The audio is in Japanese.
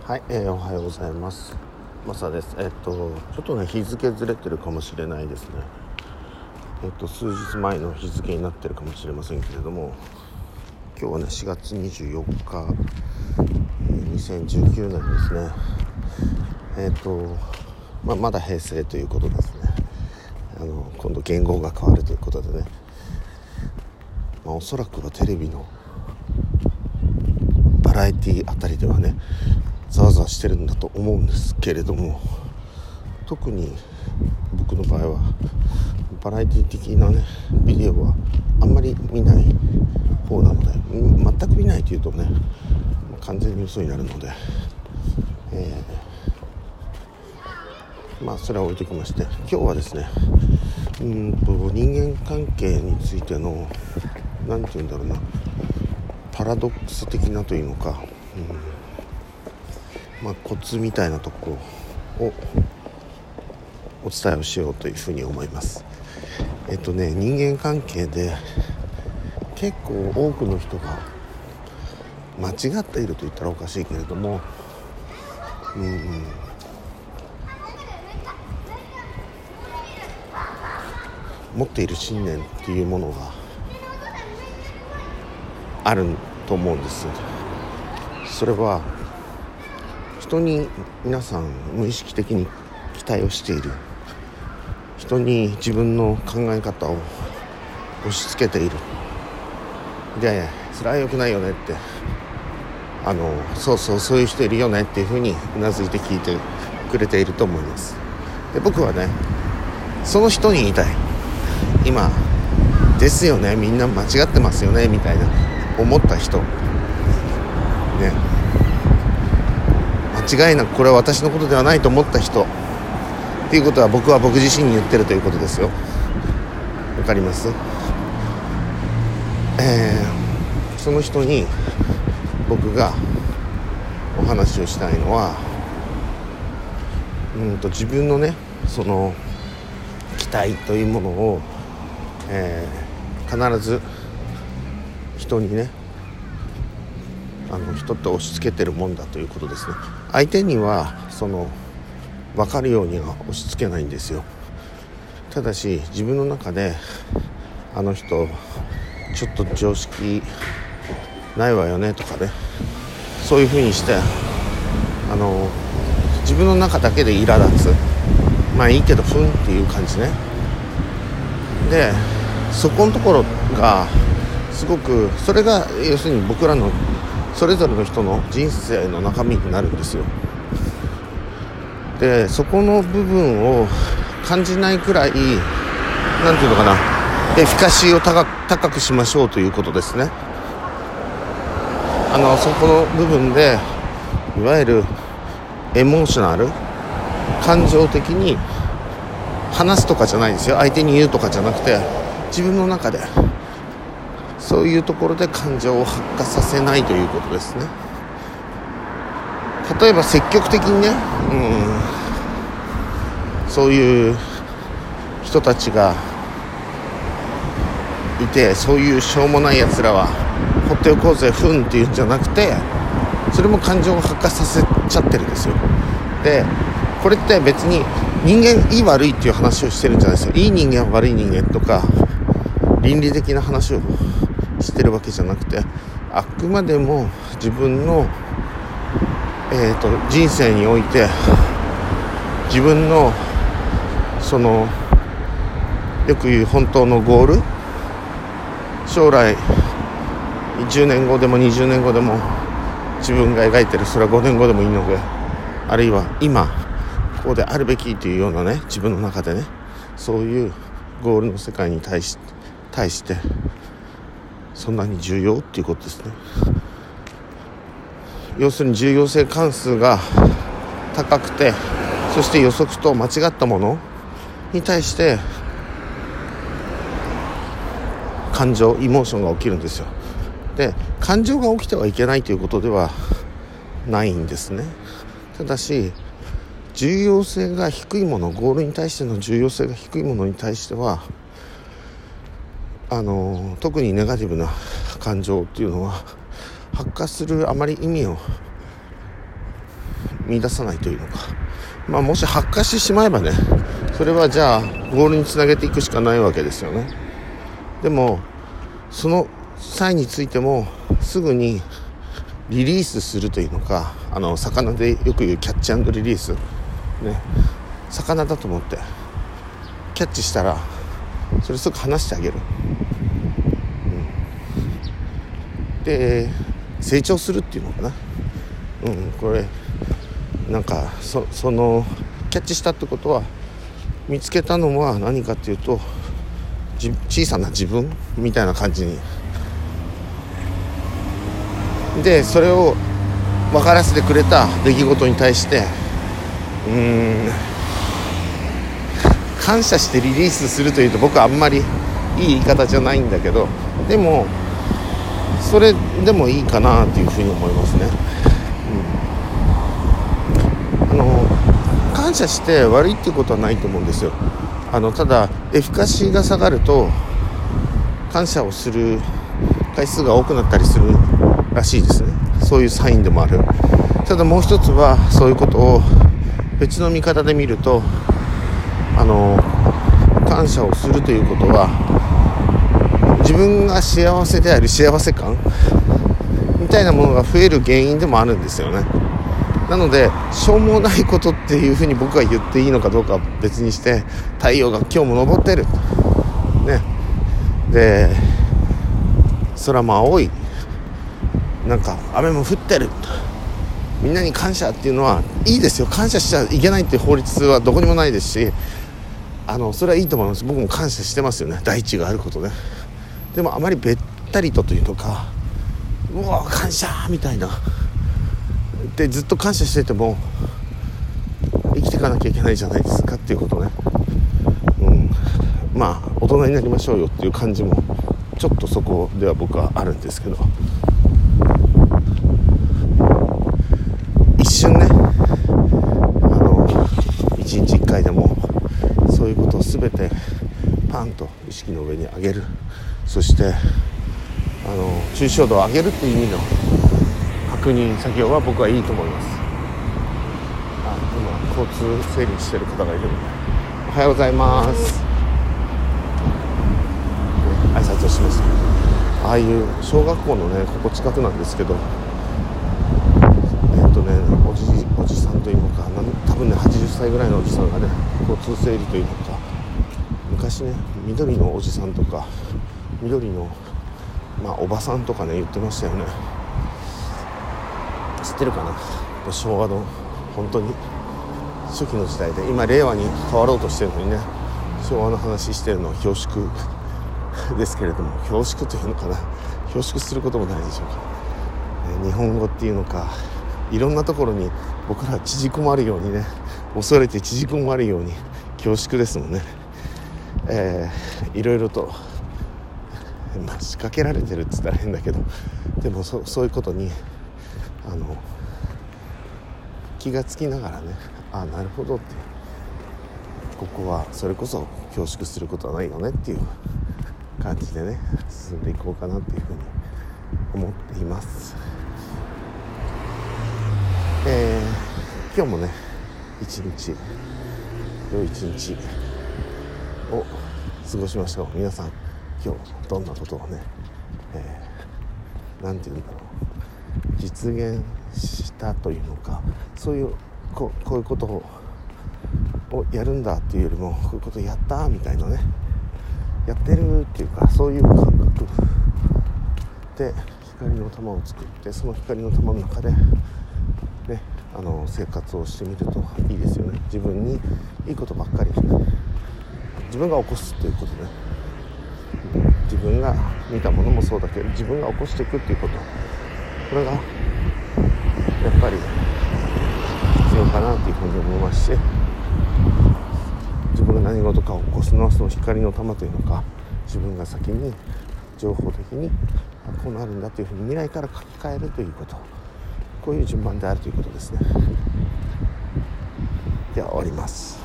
はい、おはようございます。マサです。ちょっとね日付ずれてるかもしれないですね。数日前の日付になってるかもしれませんけれども、今日はね4月24日、2019年ですね。まだ平成ということですね。今度言語が変わるということでね、おそらくはテレビのバラエティあたりではねざわざわしてるんだと思うんですけれども、特に僕の場合はバラエティ的なねビデオはあんまり見ない方なので、全く見ないというとね完全に嘘になるので、それは置いときまして、今日はですね人間関係についてのなんて言うんだろうな、パラドックス的なというのか、コツみたいなところをお伝えをしようというふうに思います。人間関係で結構多くの人が間違っていると言ったらおかしいけれども、持っている信念っていうものがあると思うんです。それは人に皆さん無意識的に期待をしている、人に自分の考え方を押し付けている、でそれは良くないよねって、そういう人いるよねっていうふうにうなずいて聞いてくれていると思います。で僕はねその人に言いたい、今ですよね、みんな間違ってますよねみたいな思った人ね、間違いなくこれは私のことではないと思った人っていうことは僕自身に言ってるということですよ。わかります？その人に僕がお話をしたいのは、自分のねその期待というものを、必ず人にね人って押し付けてるもんだということですね。相手には分かるようには押し付けないんですよ。ただし自分の中であの人ちょっと常識ないわよねとかね、そういう風にして自分の中だけで苛立つ、いいけどふんっていう感じね。でそこのところがすごく、それが要するに僕らのそれぞれの人の人生の中身になるんですよ。でそこの部分を感じないくらいなんていうのかな、エフィカシーを高くしましょうということですね。そこの部分でいわゆるエモーショナル、感情的に話すとかじゃないですよ、相手に言うとかじゃなくて自分の中でそういうところで感情を発火させないということですね。例えば積極的にね、そういう人たちがいて、そういうしょうもないやつらは放っておこうぜふんっていうんじゃなくて、それも感情を発火させちゃってるんですよ。でこれって別に人間いい悪いっていう話をしてるんじゃないですよ。いい人間悪い人間とか倫理的な話をしてるわけじゃなくて、あくまでも自分の、人生において自分のよく言う本当のゴール、将来10年後でも20年後でも自分が描いてる、それは5年後でもいいので、あるいは今こうであるべきというようなね、自分の中でねそういうゴールの世界に対してそんなに重要っていうことですね。要するに重要性関数が高くて、そして予測と間違ったものに対して感情、イモーションが起きるんですよ。で感情が起きてはいけないということではないんですね。ただし重要性が低いもの、ゴールに対しての重要性が低いものに対しては特にネガティブな感情っていうのは発火するあまり意味を見出さないというのか、もし発火してしまえばね、それはじゃあゴールにつなげていくしかないわけですよね。でもその際についてもすぐにリリースするというのか、魚でよく言うキャッチ&リリースね、魚だと思ってキャッチしたらそれすぐ離してあげる、で成長するっていうのかな、これなんかそのキャッチしたってことは、見つけたのは何かっていうと、小さな自分みたいな感じにで、それを分からせてくれた出来事に対して感謝してリリースするというと、僕はあんまりいい言い方じゃないんだけど、でもそれでもいいかなというふうに思いますね。感謝して悪いっていうことはないと思うんですよ。ただエフィカシーが下がると感謝をする回数が多くなったりするらしいですね。そういうサインでもある。ただもう一つは、そういうことを別の見方で見ると、感謝をするということは、自分が幸せである幸せ感みたいなものが増える原因でもあるんですよね。なのでしょうもないことっていうふうに僕が言っていいのかどうかは別にして、太陽が今日も昇ってるね、で空も青い、なんか雨も降ってる、みんなに感謝っていうのはいいですよ。感謝しちゃいけないっていう法律はどこにもないですし、それはいいと思います。僕も感謝してますよね、大地があることね。でもあまりべったりとというのか、うわ感謝みたいなでずっと感謝してても生きていかなきゃいけないじゃないですかっていうことね。大人になりましょうよっていう感じもちょっとそこでは僕はあるんですけど、一瞬ね、一日一回でもそういうことを全てパンと意識の上に上げる、そして抽象度を上げるっていう意味の確認作業は僕はいいと思います。今交通整理してる方がいるので、おはようございます、挨拶をしました。ああいう小学校のね、ここ近くなんですけど、おじさんというのか、多分ね80歳ぐらいのおじさんがね、交通整理というのか、昔ね緑のおじさんとか緑のおばさんとかね言ってましたよね。知ってるかな。昭和の本当に初期の時代で、今令和に変わろうとしてるのにね、昭和の話してるのは恐縮ですけれども、恐縮というのかな、恐縮することもないでしょうか、日本語っていうのか、いろんなところに僕ら縮こまるようにね、恐れて縮こまるように恐縮ですもんね。いろいろと仕掛けられてるって言ったら変だけど、でもそういうことに気がつきながらね、なるほどって、ここはそれこそ恐縮することはないよねっていう感じでね、進んでいこうかなっていうふうに思っています。今日もね良い一日を過ごしましょう。皆さん今日どんなことをね、なんていうんだろう、実現したというのか、そういうこういうことをやるんだっていうよりも、こういうことやったみたいなね、やってるっていうか、そういう感覚で光の玉を作って、その光の玉の中でね、生活をしてみるといいですよね。自分にいいことばっかり、自分が起こすということね、自分が見たものもそうだけど、自分が起こしていくっていうこと、これがやっぱり必要かなというふうに思いますし、自分が何事かを起こすのはその光の玉というのか、自分が先に情報的にこうなるんだというふうに未来から書き換えるということ、こういう順番であるということですね。では終わります。